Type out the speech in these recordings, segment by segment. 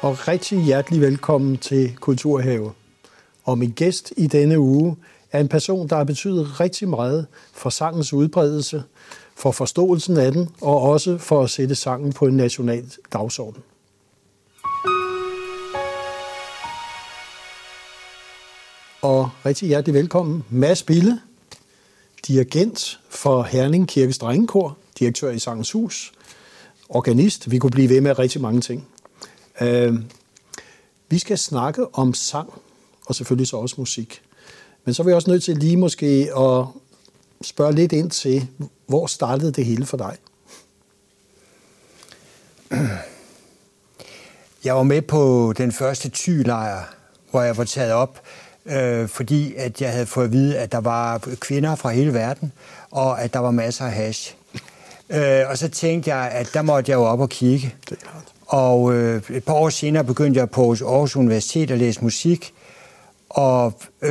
og rigtig hjertelig velkommen til Kulturhave. Og min gæst i denne uge er en person, der har betydet rigtig meget for sangens udbredelse, for forståelsen af den, og også for at sætte sangen på en national dagsorden. Og rigtig hjertelig velkommen, Mads Bille, dirigent for Herning Kirkes Drengekor, direktør i Sangens Hus, organist. Vi kunne blive ved med rigtig mange ting. Vi skal snakke om sang, og selvfølgelig så også musik. Men så er vi også nødt til lige måske at spørge lidt ind til, hvor startede det hele for dig? Jeg var med på den første Thy-lejr, hvor jeg var taget op, fordi at jeg havde fået at vide, at der var kvinder fra hele verden, og at der var masser af hash. Og så tænkte jeg, at der måtte jeg jo op og kigge. Det er klart. Og et par år senere begyndte jeg på Aarhus Universitet at læse musik, og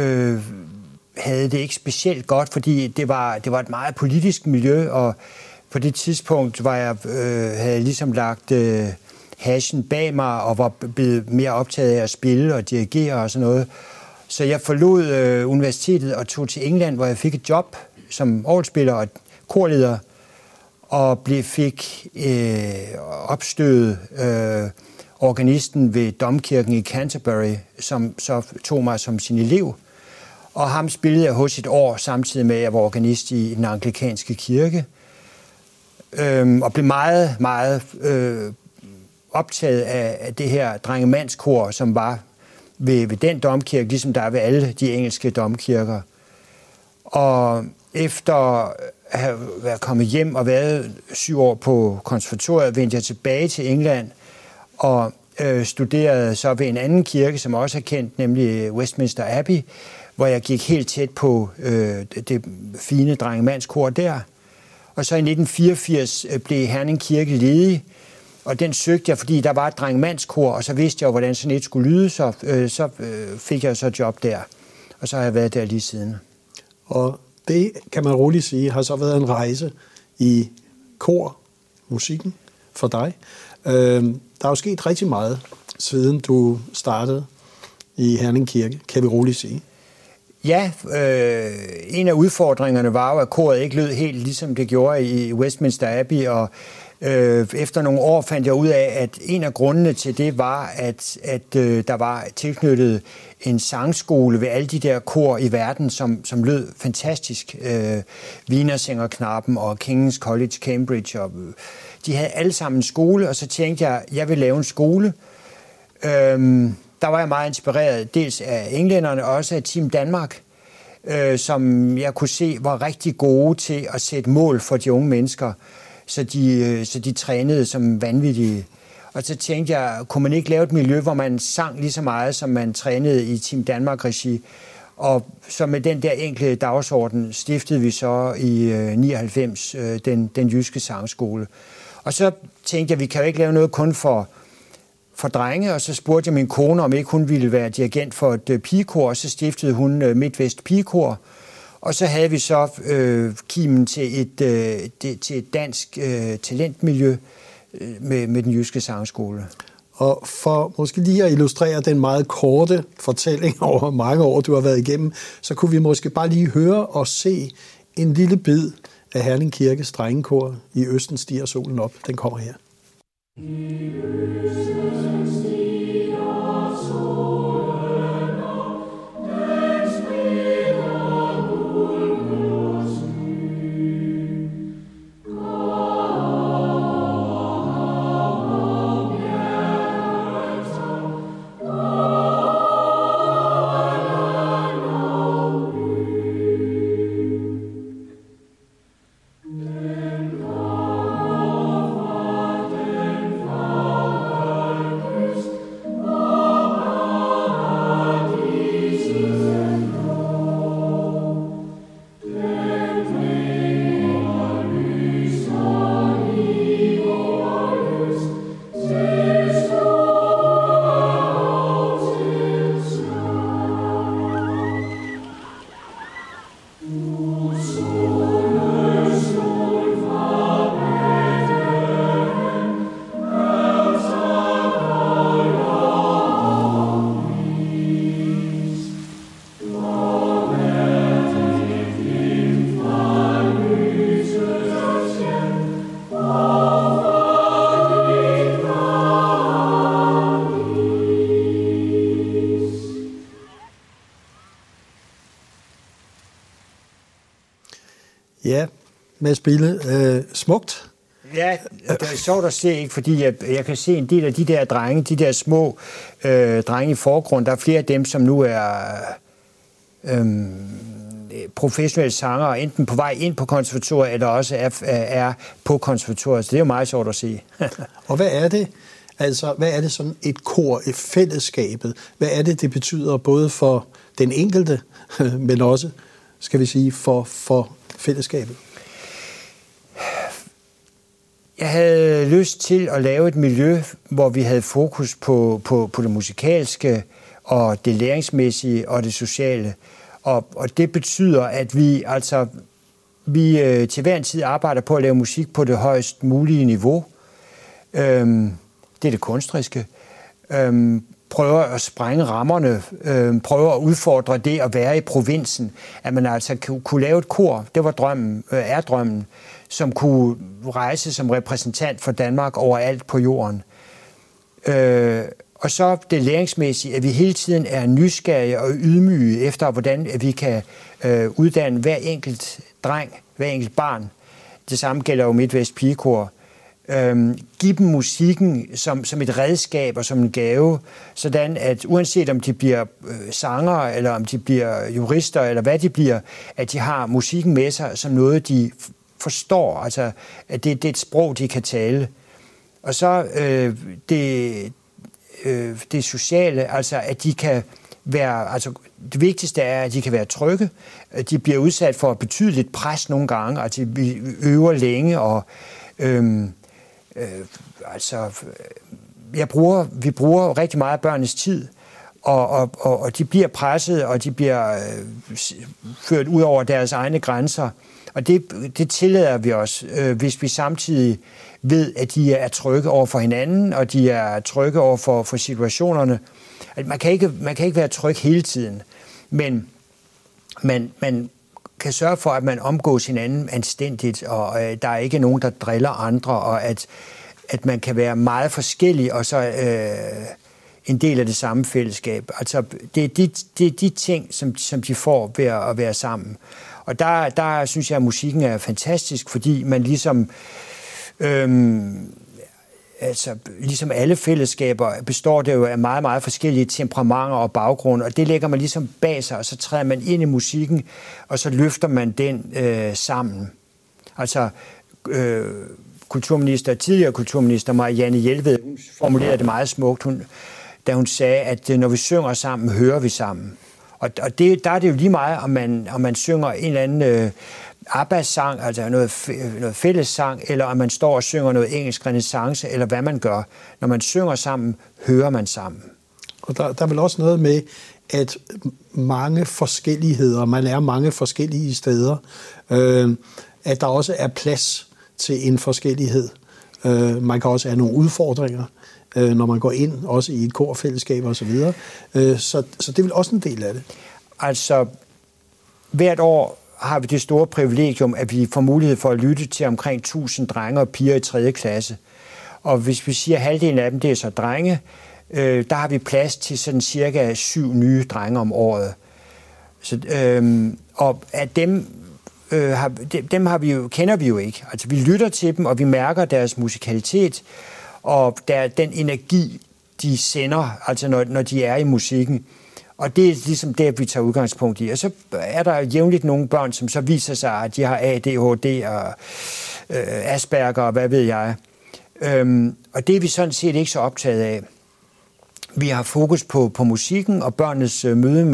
havde det ikke specielt godt, fordi det var et meget politisk miljø, og på det tidspunkt havde jeg ligesom lagt hashen bag mig, og var blevet mere optaget af at spille og dirigere og sådan noget. Så jeg forlod universitetet og tog til England, hvor jeg fik et job som orgelspiller og korleder, og fik opstødet organisten ved Domkirken i Canterbury, som så tog mig som sin elev. Og ham spillede jeg hos et år, samtidig med, at jeg var organist i den anglikanske kirke. Og blev meget, meget optaget af det her drengemandskor, som var ved den domkirke, ligesom der er ved alle de engelske domkirker. Og efter at have været kommet hjem og været 7 år på konservatoriet, vendte jeg tilbage til England og studerede så ved en anden kirke, som også er kendt, nemlig Westminster Abbey, hvor jeg gik helt tæt på det fine drengemandskor der. Og så i 1984 blev Herning Kirke ledig, og den søgte jeg, fordi der var et drengemandskor, og så vidste jeg jo, hvordan sådan et skulle lyde, så fik jeg så job der. Og så har jeg været der lige siden. Og det, kan man roligt sige, har så været en rejse i musikken for dig. Der er jo sket rigtig meget, siden du startede i Herning Kirke, kan vi roligt sige. Ja, en af udfordringerne var jo, at koret ikke lød helt ligesom det gjorde i Westminster Abbey, og efter nogle år fandt jeg ud af, at en af grundene til det var, at der var tilknyttet en sangskole ved alle de der kor i verden, som lød fantastisk. Wienersængerknappen og King's College Cambridge, og de havde alle sammen en skole, og så tænkte jeg vil lave en skole. Der var jeg meget inspireret, dels af englænderne, og også af Team Danmark, som jeg kunne se var rigtig gode til at sætte mål for de unge mennesker, så de trænede som vanvittige. Og så tænkte jeg, kunne man ikke lave et miljø, hvor man sang lige så meget, som man trænede i Team Danmark-regi? Og så med den der enkle dagsorden stiftede vi så i 99 den jyske sangskole. Og så tænkte jeg, vi kan jo ikke lave noget kun for drenge, og så spurgte jeg min kone, om ikke hun ville være dirigent for et pigekor, og så stiftede hun Midtvest Pigekor. Og så havde vi så kimen til et dansk talentmiljø med den jyske sangskole. Og for måske lige at illustrere den meget korte fortælling over mange år, du har været igennem, så kunne vi måske bare lige høre og se en lille bid af Herning Kirkes Drengekor I Østen stiger solen op. Den kommer her. Ja, med at spille smukt. Ja, det er sjovt at se, ikke? Fordi jeg kan se en del af de der drenge, de der små drenge i forgrund, der er flere af dem, som nu er professionelle sangere, enten på vej ind på konservatoriet, eller også er på konservatoriet. Så det er jo meget sjovt at se. Og hvad er det? Altså, hvad er det sådan et kor, et fællesskabet? Hvad er det betyder både for den enkelte, men også, skal vi sige, for fællesskabet? Jeg havde lyst til at lave et miljø, hvor vi havde fokus på det musikalske og det læringsmæssige og det sociale. Og det betyder, at vi til hver en tid arbejder på at lave musik på det højst mulige niveau. Det er det kunstneriske. Prøver at sprænge rammerne, prøver at udfordre det at være i provinsen. At man altså kunne lave et kor, det var drømmen, som kunne rejse som repræsentant for Danmark overalt på jorden. Og så det læringsmæssige, at vi hele tiden er nysgerrige og ydmyge efter, hvordan vi kan uddanne hver enkelt dreng, hver enkelt barn. Det samme gælder jo Midtvest Pigekor. Give dem musikken som et redskab og som en gave, sådan at uanset om de bliver sangere, eller om de bliver jurister, eller hvad de bliver, at de har musikken med sig som noget, de forstår, altså at det er et sprog, de kan tale. Og så det sociale, altså at de kan være, altså det vigtigste er, at de kan være trygge. De bliver udsat for betydeligt pres nogle gange, altså vi øver længe, og vi bruger rigtig meget af børnenes tid, og de bliver presset, og de bliver ført ud over deres egne grænser. Og det tillader vi os, hvis vi samtidig ved, at de er trygge over for hinanden, og de er trygge over for situationerne. Man kan ikke være tryg hele tiden, men man kan sørge for, at man omgås hinanden anstændigt, og der er ikke nogen, der driller andre, og at man kan være meget forskellig, og så en del af det samme fællesskab. Altså, det er de ting, som de får ved at være sammen. Og der synes jeg, at musikken er fantastisk, fordi man ligesom alle fællesskaber består det jo af meget, meget forskellige temperamenter og baggrunde, og det lægger man ligesom bag sig, og så træder man ind i musikken, og så løfter man den sammen. Altså, tidligere kulturminister Marianne Jelved, hun formulerede det meget smukt, da hun sagde, at når vi synger sammen, hører vi sammen. Og der er det jo lige meget, om man synger en eller anden ABBA-sang, altså noget fællessang, eller om man står og synger noget engelsk renæssance, eller hvad man gør. Når man synger sammen, hører man sammen. Og der er vel også noget med, at mange forskelligheder, man er mange forskellige steder, at der også er plads til en forskellighed. Man kan også have nogle udfordringer, når man går ind, også i et korfællesskab og så videre. Så det er vel også en del af det. Altså, hvert år har vi det store privilegium, at vi får mulighed for at lytte til omkring 1000 drenge og piger i 3. klasse. Og hvis vi siger, at halvdelen af dem, det er så drenge, der har vi plads til sådan cirka 7 nye drenge om året. Så, og af dem kender vi jo ikke. Altså, vi lytter til dem, og vi mærker deres musikalitet, og den energi, de sender, altså når de er i musikken. Og det er ligesom det, vi tager udgangspunkt i. Og så er der jævnligt nogle børn, som så viser sig, at de har ADHD og Asperger og hvad ved jeg. Og det er vi sådan set ikke så optaget af. Vi har fokus på musikken og børnenes møde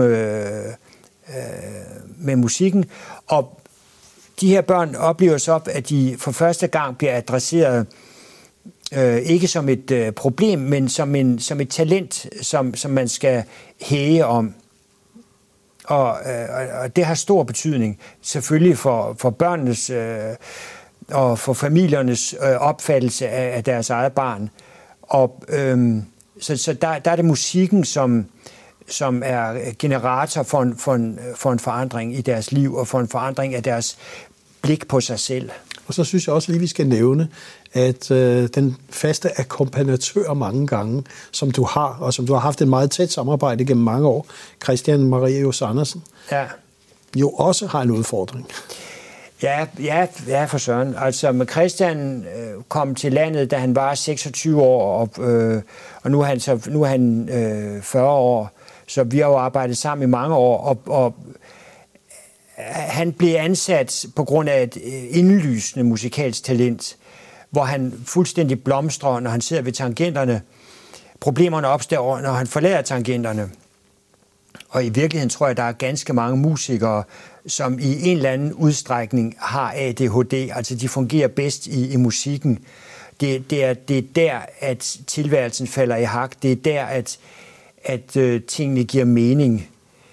med musikken. Og de her børn oplever så, at de for første gang bliver adresseret ikke som et problem, men som et talent, som man skal hæge om. Og det har stor betydning, selvfølgelig for børnenes og for familiernes opfattelse af deres eget barn. Og så der er det musikken, som er generator for en forandring i deres liv, og for en forandring af deres blik på sig selv. Og så synes jeg også lige, vi skal nævne, at den faste akkompagnatør mange gange, som du har, og som du har haft et meget tæt samarbejde gennem mange år, Christian Marius Andersen, ja, jo også har en udfordring. Ja, for søren. Altså, men Christian kom til landet, da han var 26 år, og nu er han 40 år. Så vi har jo arbejdet sammen i mange år, og han blev ansat på grund af et indlysende musikalsk talent, hvor han fuldstændig blomstrer, når han sidder ved tangenterne. Problemerne opstår, når han forlader tangenterne. Og i virkeligheden tror jeg, der er ganske mange musikere, som i en eller anden udstrækning har ADHD, altså de fungerer bedst i musikken. Det er der, at tilværelsen falder i hak. Det er der, at tingene giver mening.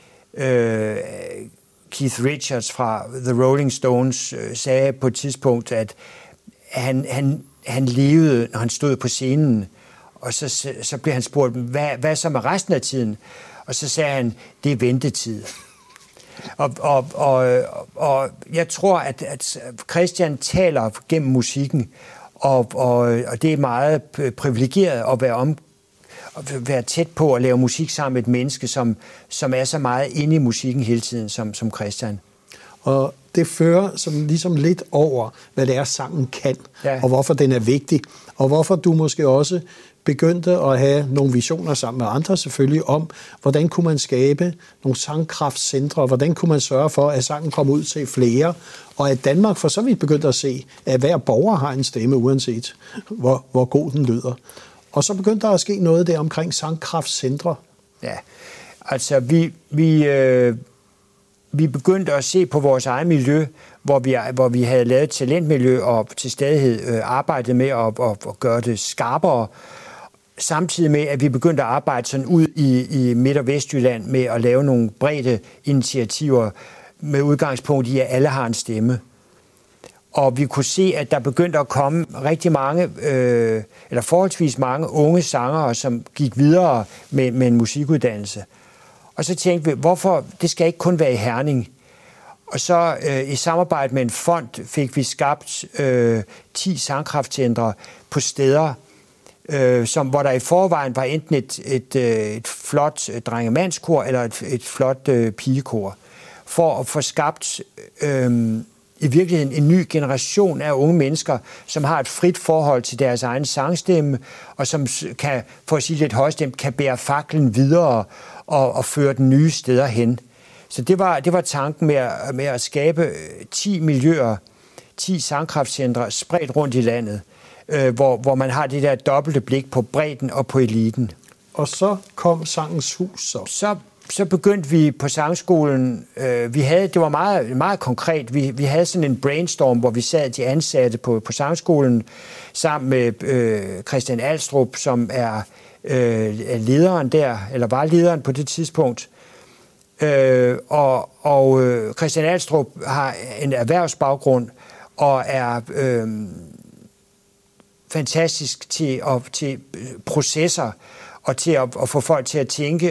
Keith Richards fra The Rolling Stones sagde på et tidspunkt, at han levede, når han stod på scenen, og så blev han spurgt, hvad så med resten af tiden? Og så sagde han, det er ventetid. Og jeg tror, at Christian taler gennem musikken, og det er meget privilegeret at være tæt på at lave musik sammen med et menneske, som er så meget inde i musikken hele tiden, som Christian. Og det fører ligesom lidt over, hvad det er, sangen kan, og hvorfor den er vigtig, og hvorfor du måske også begyndte at have nogle visioner sammen med andre selvfølgelig om, hvordan kunne man skabe nogle sangkraftcentre, hvordan kunne man sørge for, at sangen kom ud til flere, og at Danmark for så vidt begyndte at se, at hver borger har en stemme, uanset hvor god den lyder. Og så begyndte der at ske noget der omkring sangkraftcentre. Ja, altså vi begyndte at se på vores eget miljø, hvor vi havde lavet et talentmiljø og til stadighed arbejdet med at gøre det skarpere, samtidig med, at vi begyndte at arbejde sådan ud i Midt- og Vestjylland med at lave nogle brede initiativer med udgangspunkt i, at alle har en stemme. Og vi kunne se, at der begyndte at komme rigtig mange, eller forholdsvis mange unge sangere, som gik videre med en musikuddannelse. Og så tænkte vi, hvorfor det skal ikke kun være i Herning. Og så i samarbejde med en fond fik vi skabt 10 sangkraftcentre på steder, hvor der i forvejen var enten et flot drengemandskor eller et flot pigekor, for at få skabt i virkeligheden en ny generation af unge mennesker, som har et frit forhold til deres egen sangstemme, og som kan, for at sige lidt højstemt, kan bære faklen videre og føre den nye steder hen. Så det var tanken med at skabe 10 miljøer, 10 sangkraftcentre spredt rundt i landet, hvor man har det der dobbelte blik på bredden og på eliten. Og så kom Sangens Hus Så begyndte vi på sangskolen. Det var meget, meget konkret. Vi havde sådan en brainstorm, hvor vi sad de ansatte på sangskolen sammen med Christian Alstrup, som er lederen der, eller var lederen på det tidspunkt. Og Christian Alstrup har en erhvervsbaggrund og er fantastisk til processer og til at få folk til at tænke.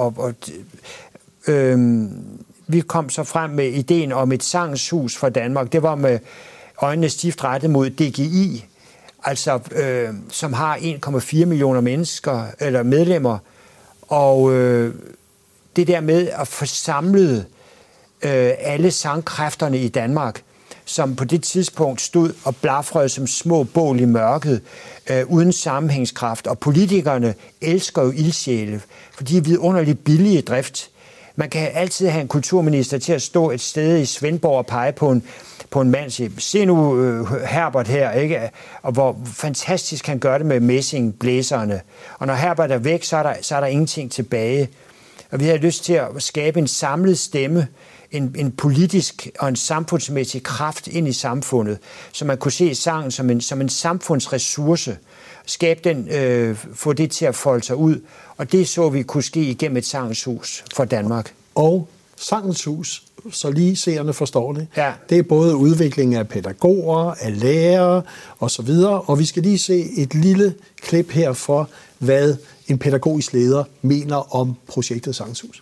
Vi kom så frem med ideen om et Sangens Hus for Danmark. Det var med øjnene stift rettet mod DGI, altså som har 1,4 millioner mennesker eller medlemmer. Og det der med at få samlet alle sangkræfterne i Danmark, som på det tidspunkt stod og blafrede som små bål i mørket, uden sammenhængskraft. Og politikerne elsker jo ildsjæle, for de er vidunderligt billige drift. Man kan altid have en kulturminister til at stå et sted i Svendborg og pege på en mand, siger, se nu Herbert her, ikke? Og hvor fantastisk han gør det med messingblæserne. Og når Herbert er væk, så er der ingenting tilbage. Og vi havde lyst til at skabe en samlet stemme, en politisk og en samfundsmæssig kraft ind i samfundet, så man kunne se sangen som en samfundsressource, skabe den, få det til at folde sig ud, og det så vi kunne ske igennem et Sangens Hus for Danmark. Og Sangens Hus, så lige seerne forstår det, det er både udvikling af pædagoger, af lærere osv., og vi skal lige se et lille klip her for, hvad en pædagogisk leder mener om projektet Sangens Hus.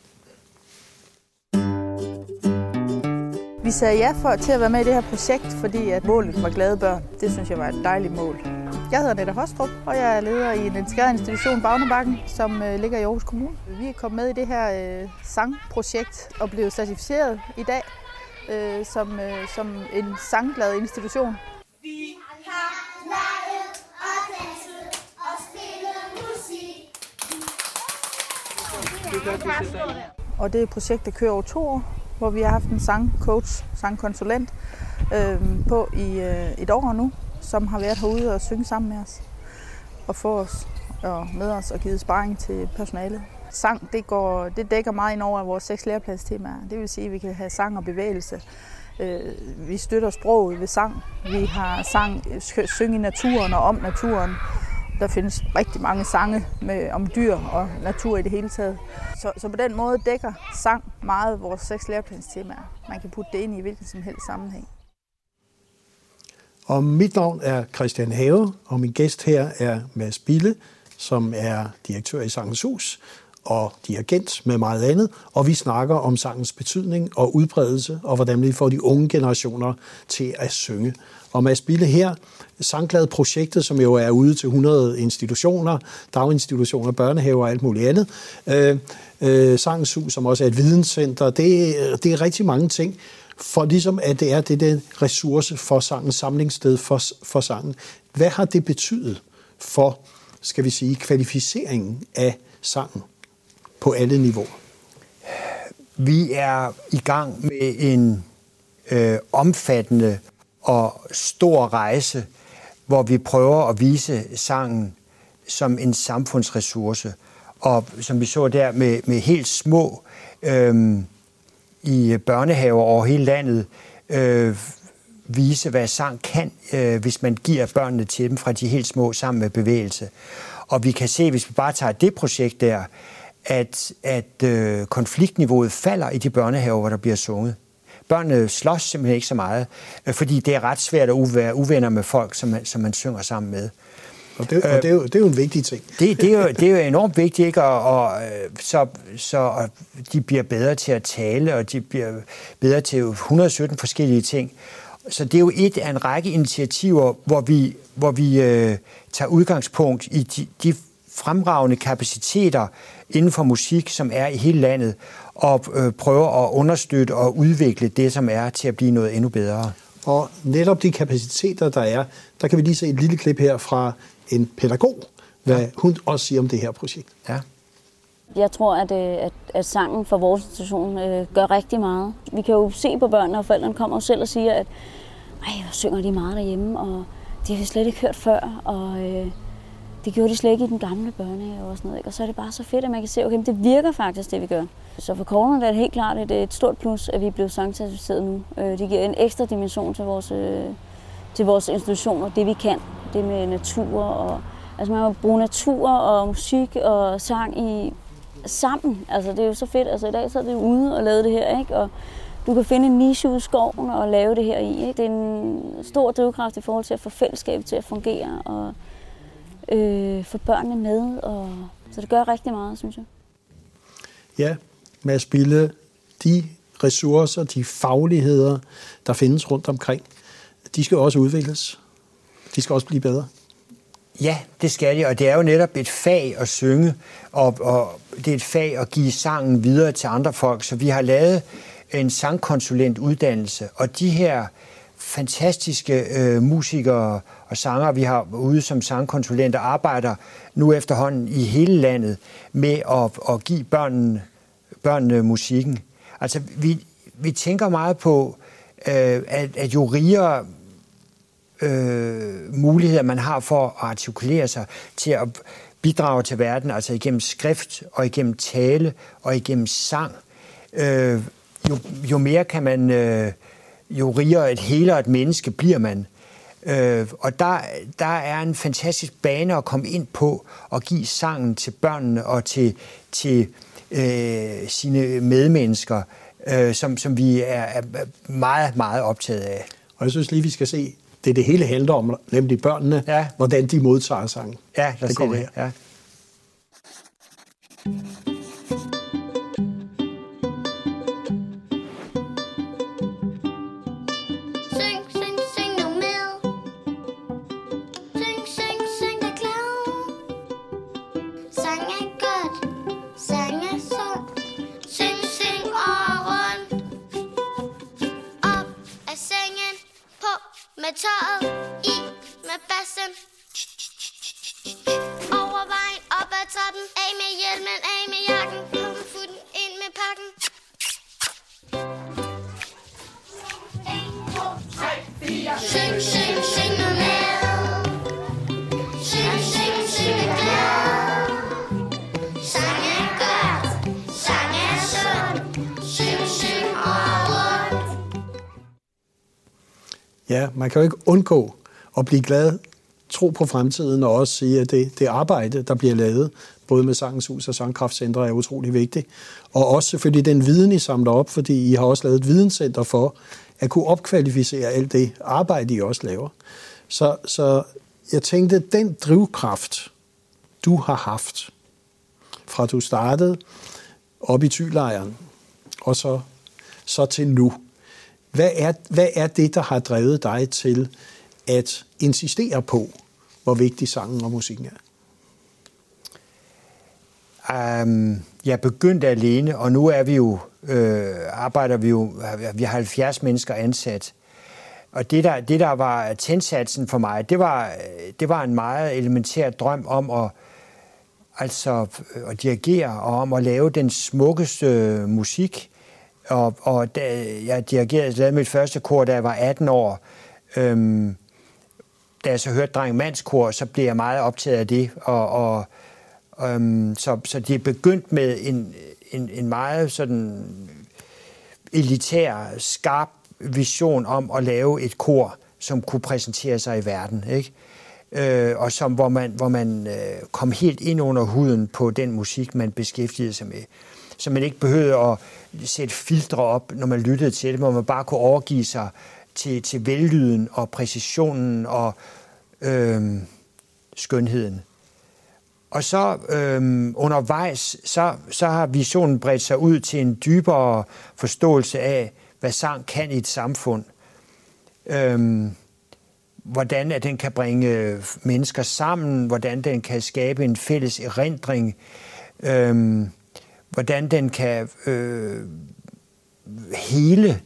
Vi sagde ja til at være med i det her projekt, fordi at målet var glade børn. Det synes jeg var et dejligt mål. Jeg hedder Nette Hostrup, og jeg er leder i en integreret institution Bagnebakken, som ligger i Aarhus Kommune. Vi er kommet med i det her sangprojekt og blevet certificeret i dag. som en sangglad institution. Vi har leget og danset og spillet musik. Og det er et projekt, der kører over 2 år, hvor vi har haft en sangcoach, sangkonsulent på i et år nu, som har været herude og synge sammen med os og få os og med os og givet sparring til personalet. Sang, det dækker meget ind over vores 6 lærepladstemaer. Det vil sige, at vi kan have sang og bevægelse. Vi støtter sproget ved sang. Vi har synge i naturen og om naturen. Der findes rigtig mange sange om dyr og natur i det hele taget. Så på den måde dækker sang meget vores 6 lærepladstemaer. Man kan putte det ind i hvilken som helst sammenhæng. Og mit navn er Christian Have, og min gæst her er Mads Bille, som er direktør i Sangens Hus og dirigent med meget andet. Og vi snakker om sangens betydning og udbredelse, og hvordan vi får de unge generationer til at synge. Og Mads Bille her, Sangglad-projektet, som jo er ude til 100 institutioner, daginstitutioner, børnehaver og alt muligt andet. Sangens Hus, som også er et videnscenter, det er rigtig mange ting, for ligesom at det er den ressource for sangen, samlingssted for sangen. Hvad har det betydet for, skal vi sige, kvalificeringen af sangen på alle niveauer? Vi er i gang med en omfattende og stor rejse, hvor vi prøver at vise sangen som en samfundsressource. Og som vi så der med helt små i børnehaver over hele landet, vise, hvad sang kan, hvis man giver børnene til dem fra de helt små sammen med bevægelse. Og vi kan se, hvis vi bare tager det projekt der, at konfliktniveauet falder i de børnehaver, hvor der bliver sunget. Børnene slås simpelthen ikke så meget, fordi det er ret svært at være uvenner med folk, som man synger sammen med. Og det er jo en vigtig ting. Det er jo enormt vigtigt, ikke? Så de bliver bedre til at tale, og de bliver bedre til 117 forskellige ting. Så det er jo et af en række initiativer, hvor vi tager udgangspunkt i de fremragende kapaciteter inden for musik, som er i hele landet, og prøver at understøtte og udvikle det, som er, til at blive noget endnu bedre. Og netop de kapaciteter, der kan vi lige se et lille klip her fra en pædagog, hvad hun også siger om det her projekt. Ja. Jeg tror, at sangen for vores institution gør rigtig meget. Vi kan jo se på børnene, og forældrene kommer jo selv og siger, at hvor synger de meget derhjemme, og det har vi slet ikke hørt før, og det gjorde de slet ikke i den gamle børnehave og sådan noget. Ikke? Og så er det bare så fedt, at man kan se, okay, det virker faktisk, det vi gør. Så for corona er det helt klart et stort plus, at vi er blevet sangcertificeret nu. Det giver en ekstra dimension til vores institutioner, det vi kan. Det med natur og altså man må bruge natur og musik og sang sammen. Altså det er jo så fedt. Altså i dag så er det ude og lave det her, ikke? Og du kan finde en niche ude i skoven og lave det her i, ikke? Det er en stor drivkraft i forhold til at få fællesskabet til at fungere og få børnene med. Så det gør rigtig meget, synes jeg. Ja, Mads Bille, de ressourcer, de fagligheder, der findes rundt omkring, de skal også udvikles. De skal også blive bedre. Ja, det skal de, og det er jo netop et fag at synge, og det er et fag at give sangen videre til andre folk, så vi har lavet en sangkonsulentuddannelse, og de her fantastiske musikere og sangere, vi har ude som sangkonsulenter, arbejder nu efterhånden i hele landet med at give børnene musikken. Altså, vi tænker meget på, at jo rigere muligheder man har for at artikulere sig til at bidrage til verden, altså igennem skrift og igennem tale og igennem sang, jo mere kan man, jo rigere et hele og et menneske bliver man. Og der er en fantastisk bane at komme ind på og give sangen til børnene og til sine medmennesker, som vi er meget, meget optaget af. Og jeg synes lige, vi skal se, det hele handler om, nemlig børnene, hvordan de modtager sangen. Ja, det kommer her. Ja. af sengen, på med tøjet, i med bassen. Over vejen, op ad trappen, af med hjelmen, af med jakken, på med futten, ind med pakken. 1, 2, 3, 4. Syng, syng, syng nu med. Syng, syng, syng med glæde. Sang er godt, sang er sund. Syng, syng over. Ja, man kan jo ikke undgå at blive glad, tro på fremtiden og også sige, at det arbejde, der bliver lavet, både med Sangens Hus og Sangkraftcentre, er utrolig vigtigt. Og også selvfølgelig den viden, I samler op, fordi I har også lavet et videnscenter for at kunne opkvalificere alt det arbejde, I også laver. Så jeg tænkte, den drivkraft, du har haft, fra du startede op i Thylejren, og så til nu. Hvad er det, der har drevet dig til at insistere på, hvor vigtig sangen og musikken er? Jeg begyndte alene, og nu er vi jo, vi har 70 mennesker ansat. Og det der var tændsatsen for mig, det var en meget elementær drøm om at dirigere og om at lave den smukkeste musik. Og jeg lavede mit første kor, da jeg var 18 år. Da jeg så hørte Dreng-Mands-kor, så blev jeg meget optaget af det. Så det er begyndt med en meget sådan elitær, skarp vision om at lave et kor, som kunne præsentere sig i verden, ikke? Og hvor man kom helt ind under huden på den musik, man beskæftigede sig med. Så man ikke behøvede at sætte filtre op, når man lyttede til det, hvor man bare kunne overgive sig til vellyden og præcisionen og skønheden. Og så undervejs, så har visionen bredt sig ud til en dybere forståelse af, hvad sang kan i et samfund. Hvordan at den kan bringe mennesker sammen, hvordan den kan skabe en fælles erindring, hvordan den kan hele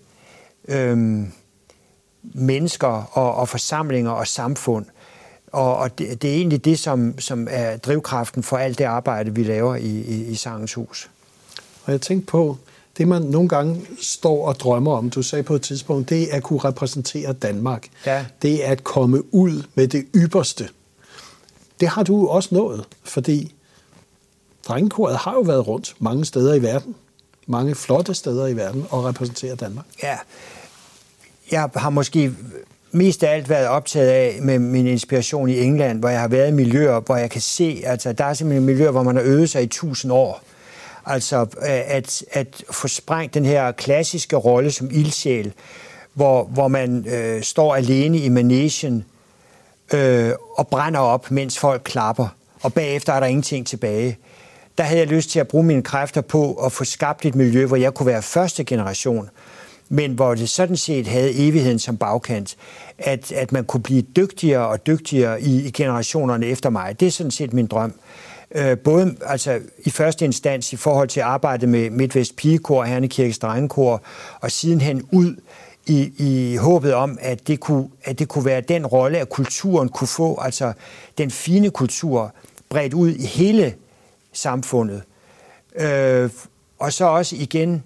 mennesker og forsamlinger og samfund. Og det er egentlig det, som er drivkraften for alt det arbejde, vi laver i Sangens Hus. Og jeg tænkte på, det man nogle gange står og drømmer om, du sagde på et tidspunkt, det er at kunne repræsentere Danmark. Ja. Det er at komme ud med det ypperste. Det har du også nået, fordi Drengekoret har jo været rundt mange steder i verden, mange flotte steder i verden, og repræsenterer Danmark. Ja, jeg har måske mest af alt været optaget af med min inspiration i England, hvor jeg har været i miljøer, hvor jeg kan se, altså der er simpelthen miljøer, hvor man har øvet sig i 1000 år. Altså at få sprængt den her klassiske rolle som ildsjæl, hvor man står alene i manegen og brænder op, mens folk klapper, og bagefter er der ingenting tilbage. Der havde jeg lyst til at bruge mine kræfter på at få skabt et miljø, hvor jeg kunne være første generation, men hvor det sådan set havde evigheden som bagkant, at man kunne blive dygtigere og dygtigere i generationerne efter mig. Det er sådan set min drøm. Både altså, i første instans i forhold til at arbejde med Midtvest Pigekor og Hernekirkes Drengekor, og sidenhen ud i håbet om, at det kunne være den rolle, at kulturen kunne få, altså den fine kultur, bredt ud i hele samfundet. Og så også igen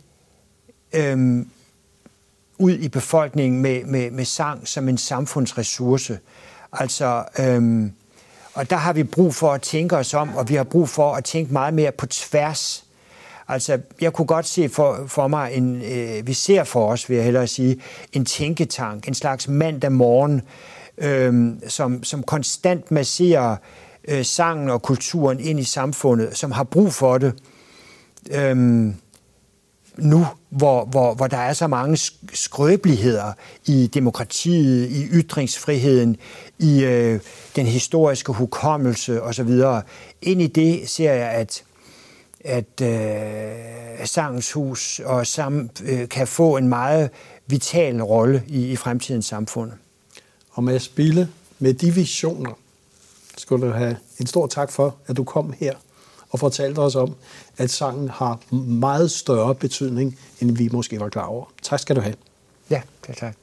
ud i befolkningen med sang som en samfundsressource. Altså, og der har vi brug for at tænke os om, og vi har brug for at tænke meget mere på tværs. Altså, jeg kunne godt se for mig, vi ser for os, vil jeg hellere sige, en tænketank, en slags mandag morgen, som konstant masserer sangen og kulturen ind i samfundet, som har brug for det. Nu, hvor der er så mange skrøbeligheder i demokratiet, i ytringsfriheden, i den historiske hukommelse osv. Ind i det ser jeg, at Sangens Hus og kan få en meget vital rolle i fremtidens samfund. Og Mads Bille, med de visioner, skulle du have en stor tak for, at du kom her og fortalte os om, at sangen har meget større betydning, end vi måske var klar over. Tak skal du have. Ja, tak.